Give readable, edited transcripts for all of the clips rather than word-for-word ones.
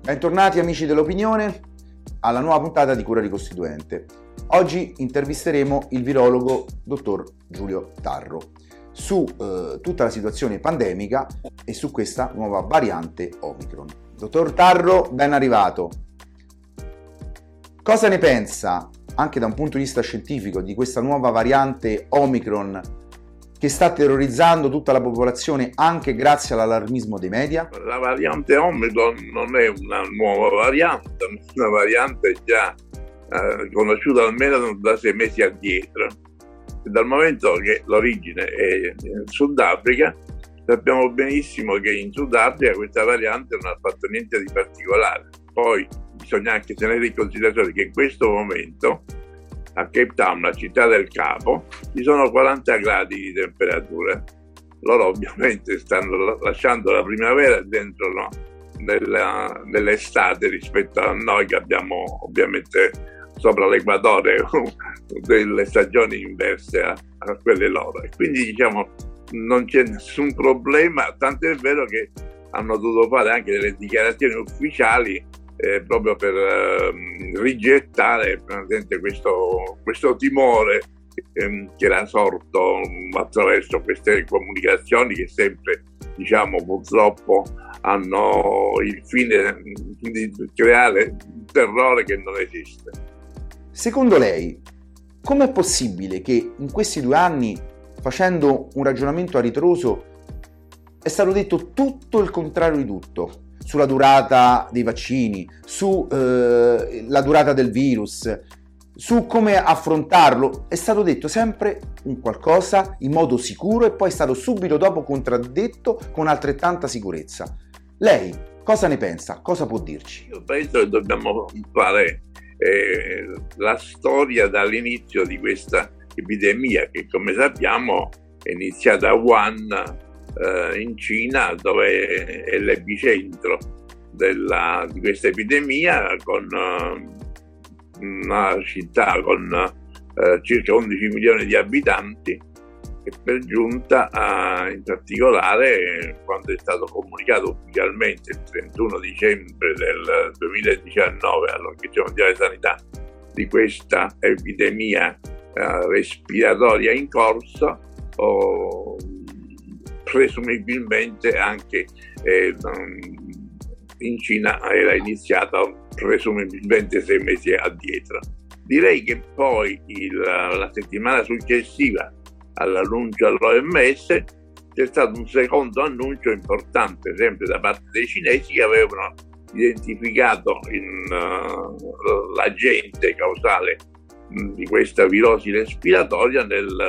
Bentornati amici dell'opinione alla nuova puntata di Cura Ricostituente. Oggi intervisteremo il virologo dottor Giulio Tarro su tutta la situazione pandemica e su questa nuova variante Omicron. Dottor Tarro, ben arrivato. Cosa ne pensa, anche da un punto di vista scientifico, di questa nuova variante Omicron che sta terrorizzando tutta la popolazione anche grazie all'allarmismo dei media? La variante Omicron non è una nuova variante, è una variante già conosciuta almeno da 6 mesi addietro. Dal momento che l'origine è in Sudafrica, sappiamo benissimo che in Sudafrica questa variante non ha fatto niente di particolare. Poi bisogna anche tenere in considerazione che in questo momento a Cape Town, la città del capo, ci sono 40 gradi di temperatura. Loro ovviamente stanno lasciando la primavera dentro, no, dell'estate rispetto a noi che abbiamo ovviamente sopra l'equatore delle stagioni inverse a quelle loro. E quindi diciamo non c'è nessun problema, tant'è vero che hanno dovuto fare anche delle dichiarazioni ufficiali proprio per rigettare questo timore che era sorto attraverso queste comunicazioni che sempre, diciamo, purtroppo hanno il fine di creare un terrore che non esiste. Secondo lei, com'è possibile che in questi 2 anni, facendo un ragionamento a ritroso, è stato detto tutto il contrario di tutto? Sulla durata dei vaccini, sulla durata del virus, su come affrontarlo, è stato detto sempre un qualcosa in modo sicuro e poi è stato subito dopo contraddetto con altrettanta sicurezza. Lei cosa ne pensa? Cosa può dirci? Io penso che dobbiamo fare la storia dall'inizio di questa epidemia che, come sappiamo, è iniziata a Wuhan, in Cina, dove è l'epicentro di questa epidemia, con una città con circa 11 milioni di abitanti, e per giunta in particolare quando è stato comunicato ufficialmente il 31 dicembre del 2019 all'Organizzazione Mondiale della Sanità di questa epidemia respiratoria in corso, presumibilmente anche in Cina era iniziata presumibilmente 6 mesi addietro. Direi che poi la settimana successiva all'annuncio all'OMS c'è stato un secondo annuncio importante sempre da parte dei cinesi, che avevano identificato l'agente causale di questa virosi respiratoria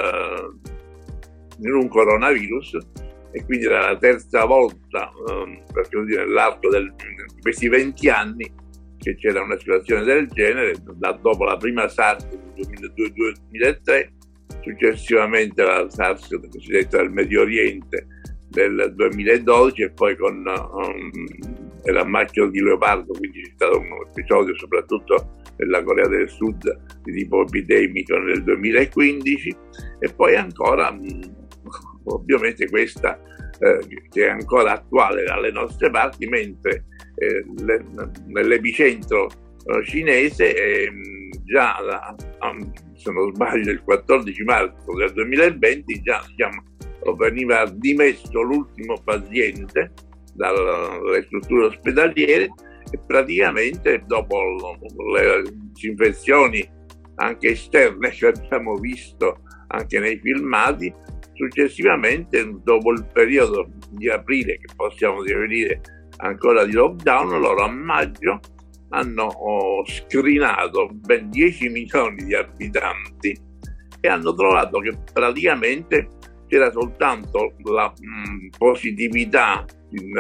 in un coronavirus, e quindi era la terza volta nell'arco di questi 20 anni che c'era una situazione del genere, dopo la prima SARS del 2002-2003, successivamente la SARS cosiddetta del Medio Oriente del 2012 e poi con la macchia di leopardo, quindi c'è stato un episodio soprattutto nella Corea del Sud di tipo epidemico nel 2015, e poi ancora ovviamente questa che è ancora attuale dalle nostre parti, mentre nell'epicentro cinese già se non sbaglio il 14 marzo del 2020 già veniva dimesso l'ultimo paziente dalle strutture ospedaliere, e praticamente dopo le disinfezioni anche esterne che abbiamo visto anche nei filmati, successivamente dopo il periodo di aprile, che possiamo definire ancora di lockdown, loro a maggio hanno screenato ben 10 milioni di abitanti e hanno trovato che praticamente c'era soltanto la positività in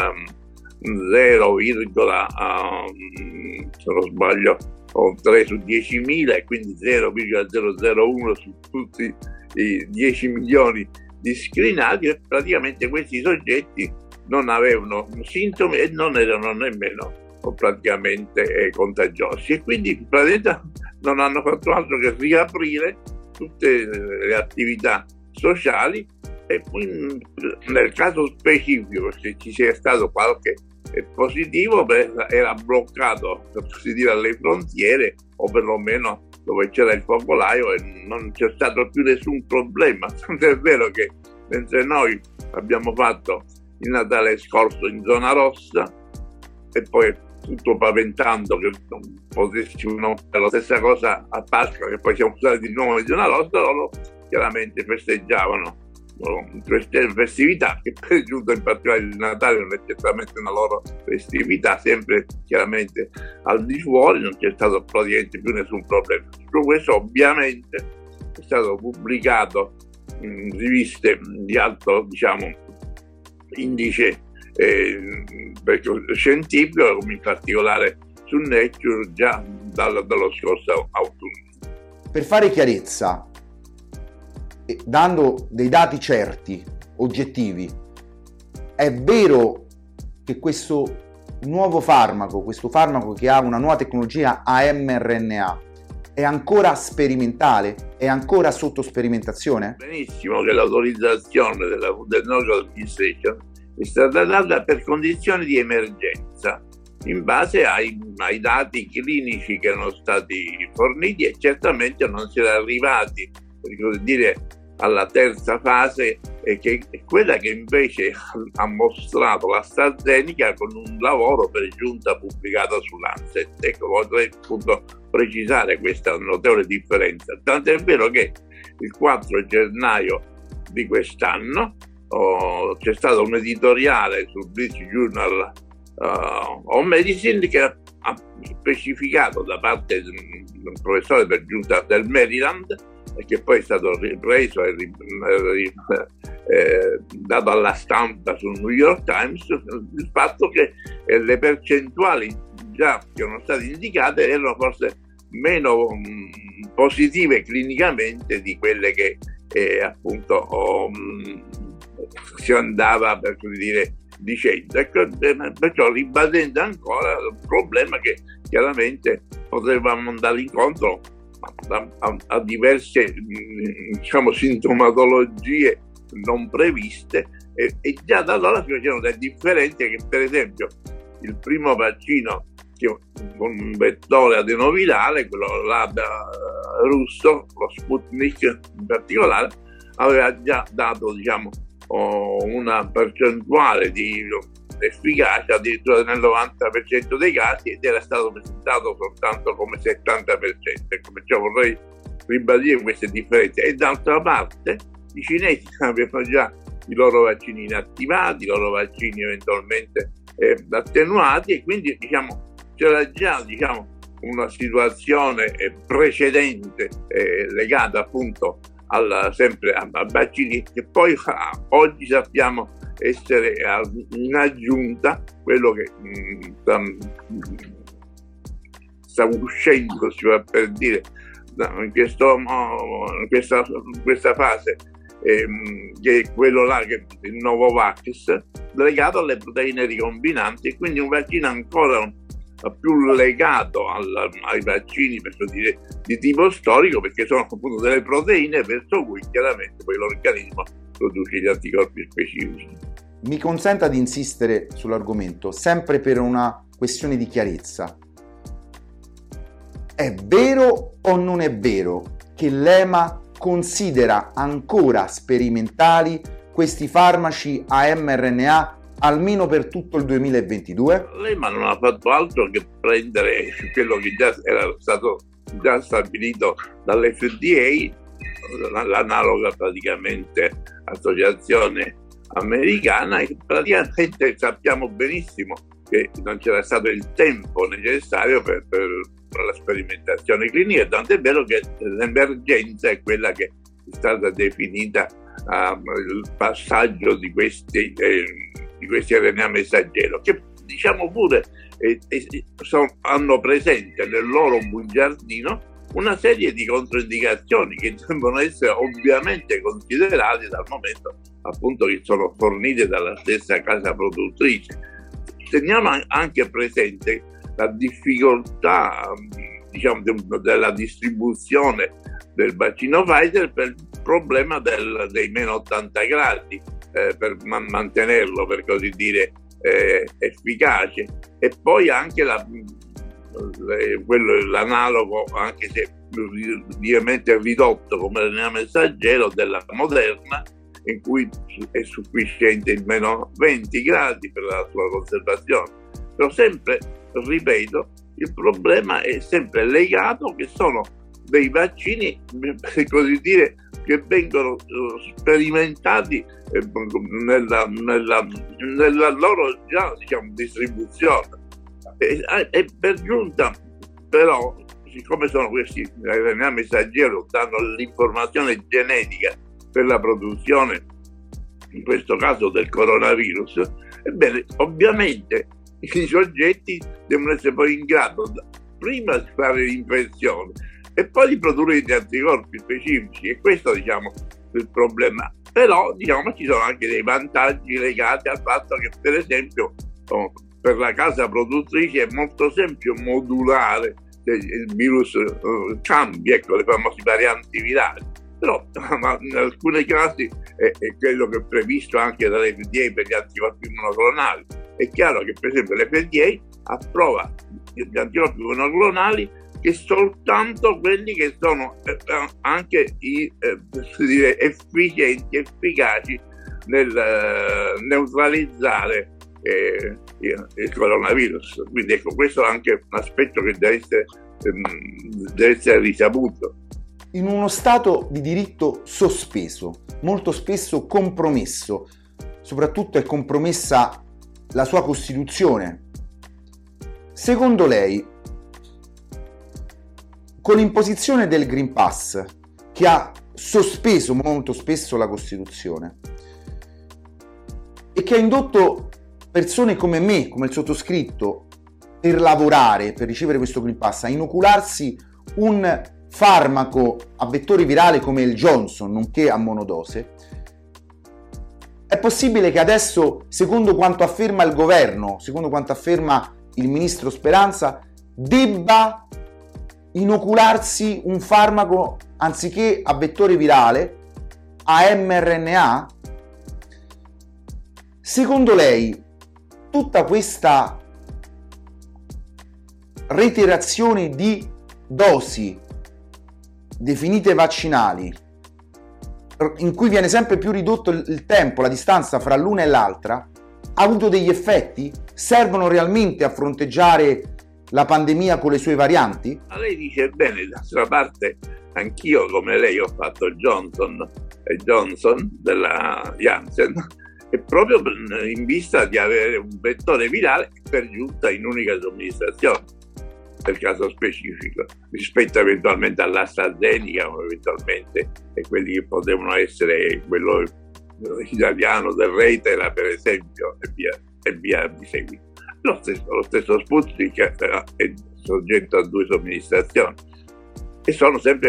0, se non sbaglio 3 su 10.000, e quindi 0,001 su tutti i 10 milioni di screenati, e praticamente questi soggetti non avevano sintomi e non erano nemmeno praticamente contagiosi, e quindi praticamente non hanno fatto altro che riaprire tutte le attività sociali. E nel caso specifico, se ci sia stato qualche positivo, era bloccato, per così dire, alle frontiere, o perlomeno dove c'era il focolaio, e non c'è stato più nessun problema. Tant'è vero che mentre noi abbiamo fatto il Natale scorso in zona rossa e poi tutto paventando che non potessimo fare la stessa cosa a Pasqua, che poi siamo stati di nuovo in zona rossa, loro chiaramente festeggiavano queste festività, che per giunta in particolare il Natale non è certamente una loro festività, sempre chiaramente al di fuori, non c'è stato praticamente più nessun problema. Su questo ovviamente è stato pubblicato in riviste di alto, diciamo, indice scientifico, come in particolare su Nature, già dallo scorso autunno. Per fare chiarezza, dando dei dati certi, oggettivi, è vero che questo nuovo farmaco, che ha una nuova tecnologia a mRNA, è ancora sperimentale? È ancora sotto sperimentazione? Benissimo che l'autorizzazione del Notice Administration è stata data per condizioni di emergenza, in base ai dati clinici che erano stati forniti, e certamente non si era arrivati, per così dire, alla terza fase, che è quella che invece ha mostrato l'AstraZeneca con un lavoro per giunta pubblicato sull'Lancet. Ecco, vorrei appunto precisare questa notevole differenza. Tant'è vero che il 4 gennaio di quest'anno c'è stato un editoriale sul British Journal of Medicine che ha specificato da parte del professore per giunta del Maryland, e che poi è stato ripreso e dato alla stampa sul New York Times, il fatto che le percentuali già che erano state indicate erano forse meno positive clinicamente di quelle che appunto si andava, per così dire, dicendo. Ecco, perciò ribadendo ancora il problema che chiaramente potevamo andare incontro a diverse, diciamo, sintomatologie non previste, e già da allora si facevano delle differenze, che per esempio il primo vaccino con un vettore adenovirale, quello là russo, lo Sputnik in particolare, aveva già dato, diciamo, una percentuale di efficacia addirittura nel 90% dei casi, ed era stato presentato soltanto come 70%. Perciò vorrei ribadire queste differenze. E d'altra parte i cinesi avevano già i loro vaccini inattivati, i loro vaccini eventualmente attenuati, e quindi, diciamo, c'era già, diciamo, una situazione precedente legata appunto sempre a vaccini, che poi oggi sappiamo essere in aggiunta quello che sta uscendo, si va per dire, in questa fase, che è quello là, che il Novavax, legato alle proteine ricombinanti, e quindi un vaccino ancora più legato ai vaccini, per così dire, di tipo storico, perché sono appunto delle proteine verso cui chiaramente poi l'organismo produce gli anticorpi specifici. Mi consenta di insistere sull'argomento, sempre per una questione di chiarezza. È vero o non è vero che l'EMA considera ancora sperimentali questi farmaci a mRNA almeno per tutto il 2022? L'EMA non ha fatto altro che prendere quello che già era stato stabilito dall'FDA, l'analoga praticamente associazione americana, e praticamente sappiamo benissimo che non c'era stato il tempo necessario per la sperimentazione clinica, tant'è vero che l'emergenza è quella che è stata definita il passaggio di questi RNA messaggero, che, diciamo pure, hanno presente nel loro bugiardino una serie di controindicazioni che devono essere ovviamente considerate, dal momento appunto che sono fornite dalla stessa casa produttrice. Teniamo anche presente la difficoltà, diciamo, della distribuzione del vaccino Pfizer per il problema dei meno 80 gradi, per mantenerlo, per così dire, efficace, e poi anche l'analogo, anche se lievemente ridotto come RNA messaggero, della Moderna, in cui è sufficiente il meno 20 gradi per la sua conservazione. Però sempre, ripeto, il problema è sempre legato che sono dei vaccini, per così dire, che vengono sperimentati nella loro già, diciamo, distribuzione. E per giunta, però, siccome sono questi RNA messaggero, danno l'informazione genetica per la produzione, in questo caso del coronavirus, ebbene, ovviamente i soggetti devono essere poi in grado prima di fare l'infezione e poi di produrre gli anticorpi specifici, e questo, diciamo, è il problema. Però, diciamo, ci sono anche dei vantaggi legati al fatto che, per esempio, per la casa produttrice è molto semplice modulare il virus, cambia, ecco, le famose varianti virali. Però in alcuni casi è quello che è previsto anche dall'FDA per gli anticorpi monoclonali. È chiaro che, per esempio, l'FDA approva gli anticorpi monoclonali che soltanto quelli che sono anche efficienti, efficaci nel neutralizzare il coronavirus. Quindi, ecco, questo è anche un aspetto che deve essere risaputo. In uno stato di diritto sospeso, molto spesso compromesso, soprattutto è compromessa la sua Costituzione. Secondo lei, con l'imposizione del Green Pass, che ha sospeso molto spesso la Costituzione e che ha indotto persone come me, come il sottoscritto, per lavorare, per ricevere questo Green Pass, a inocularsi un farmaco a vettore virale come il Johnson, nonché a monodose, è possibile che adesso, secondo quanto afferma il governo, secondo quanto afferma il ministro Speranza, debba inocularsi un farmaco anziché a vettore virale a mRNA? Secondo lei, tutta questa reiterazione di dosi definite vaccinali, in cui viene sempre più ridotto il tempo, la distanza fra l'una e l'altra, ha avuto degli effetti? Servono realmente a fronteggiare la pandemia con le sue varianti? Ma lei dice bene, d'altra parte anch'io, come lei, ho fatto Johnson e Johnson della Janssen, e proprio in vista di avere un vettore virale per giunta in unica somministrazione, per caso specifico, rispetto eventualmente all'AstraZeneca o eventualmente e quelli che potevano essere quello italiano del Reitera, per esempio, e via di seguito. Lo stesso Sputnik è soggetto a 2 somministrazioni e sono sempre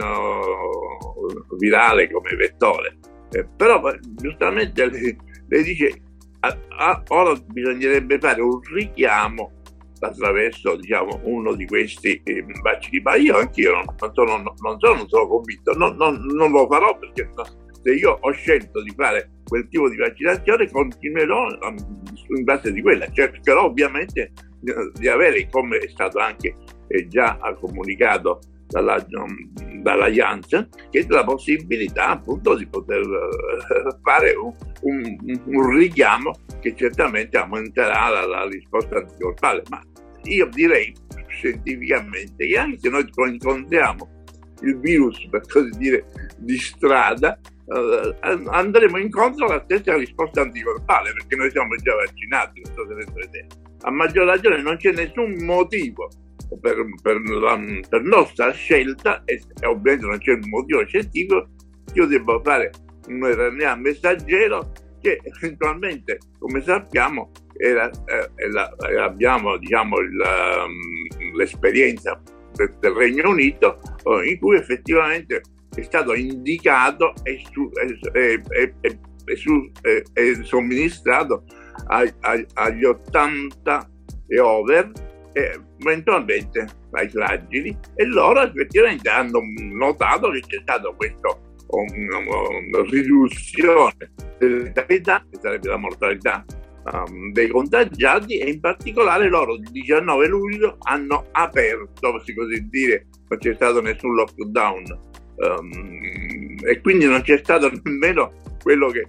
adenovirale come vettore. Però giustamente lei dice ora bisognerebbe fare un richiamo attraverso, diciamo, uno di questi vaccini, ma anch'io non sono convinto, non lo farò, perché se io ho scelto di fare quel tipo di vaccinazione continuerò in base di quella, cercherò ovviamente di avere, come è stato anche già comunicato dalla Janssen, che è la possibilità appunto di poter fare un richiamo che certamente aumenterà la risposta anticorpale. Ma io direi scientificamente che anche se noi incontriamo il virus, per così dire, di strada, andremo incontro alla stessa risposta anticorpale, perché noi siamo già vaccinati, non so se avete idea. A maggior ragione non c'è nessun motivo per nostra scelta, e ovviamente non c'è un motivo scientifico, io devo fare un RNA messaggero che eventualmente, come sappiamo, abbiamo, diciamo, l'esperienza del Regno Unito, in cui effettivamente è stato indicato e somministrato agli 80 e over, eventualmente ai fragili, e loro effettivamente hanno notato che c'è stata questa riduzione della letalità, che sarebbe la mortalità dei contagiati, e in particolare loro il 19 luglio hanno aperto, per così dire, non c'è stato nessun lockdown, e quindi non c'è stato nemmeno quello che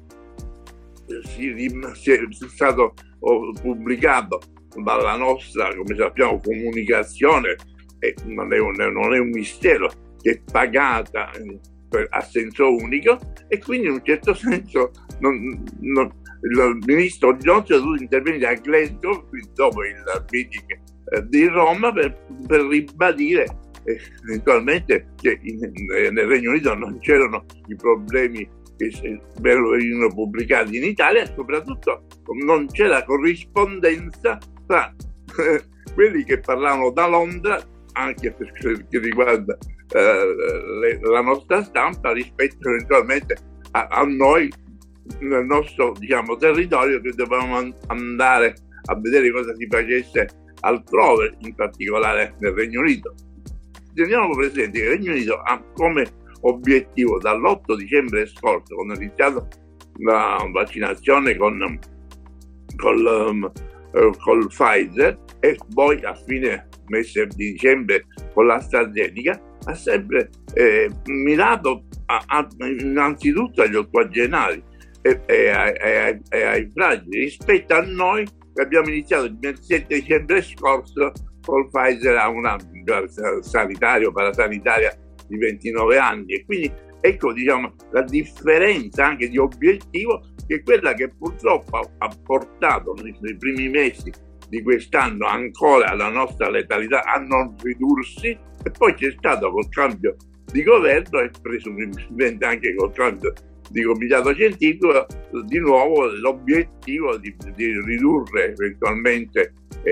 è stato pubblicato dalla nostra, come sappiamo, comunicazione, e non è un mistero, che è pagata a senso unico, e quindi in un certo senso il ministro Johnson è dovuto intervenire a Glasgow dopo il meeting di Roma per ribadire eventualmente che nel Regno Unito non c'erano i problemi che venivano pubblicati in Italia, e soprattutto non c'è la corrispondenza tra quelli che parlavano da Londra, anche per quel che riguarda la nostra stampa, rispetto eventualmente a noi nel nostro, diciamo, territorio, che dovevamo andare a vedere cosa si facesse altrove, in particolare nel Regno Unito. Teniamo presente che il Regno Unito ha come obiettivo dall'8 dicembre scorso, quando è iniziata la vaccinazione col Pfizer, e poi a fine mese di dicembre con l'AstraZeneca, ha sempre mirato innanzitutto agli ottogenari e ai fragili, rispetto a noi che abbiamo iniziato il 7 dicembre scorso col Pfizer a una parasanitaria di 29 anni. E quindi ecco, diciamo, la differenza anche di obiettivo, che è quella che purtroppo ha portato nei primi mesi di quest'anno ancora la nostra letalità a non ridursi, e poi c'è stato col cambio di governo e presumibilmente anche col cambio di comitato scientifico di nuovo l'obiettivo di ridurre eventualmente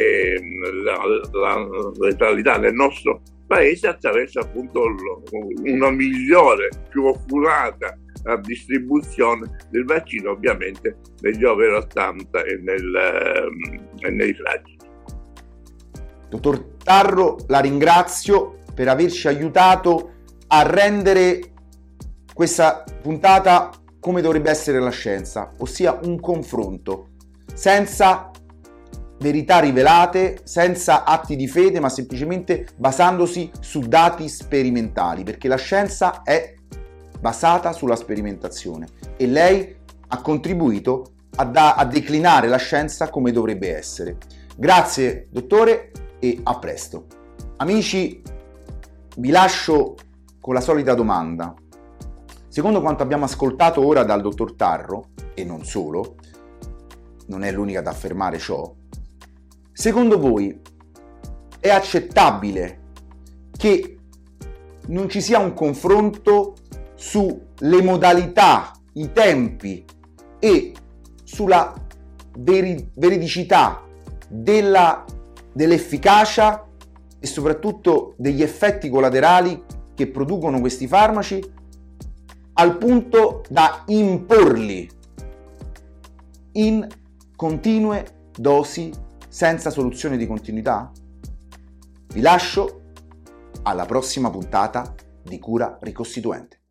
la letalità nel nostro paese attraverso appunto una migliore, più oculata distribuzione del vaccino, ovviamente negli over 80 e nei fragili. Dottor Tarro, la ringrazio per averci aiutato a rendere questa puntata come dovrebbe essere la scienza, ossia un confronto senza verità rivelate, senza atti di fede, ma semplicemente basandosi su dati sperimentali, perché la scienza è basata sulla sperimentazione e lei ha contribuito a declinare la scienza come dovrebbe essere. Grazie dottore e a presto. Amici, vi lascio con la solita domanda. Secondo quanto abbiamo ascoltato ora dal dottor Tarro, e non solo, non è l'unica ad affermare ciò, secondo voi è accettabile che non ci sia un confronto sulle modalità, i tempi e sulla veridicità dell'efficacia e soprattutto degli effetti collaterali che producono questi farmaci, al punto da imporli in continue dosi senza soluzione di continuità? Vi lascio alla prossima puntata di Cura Ricostituente.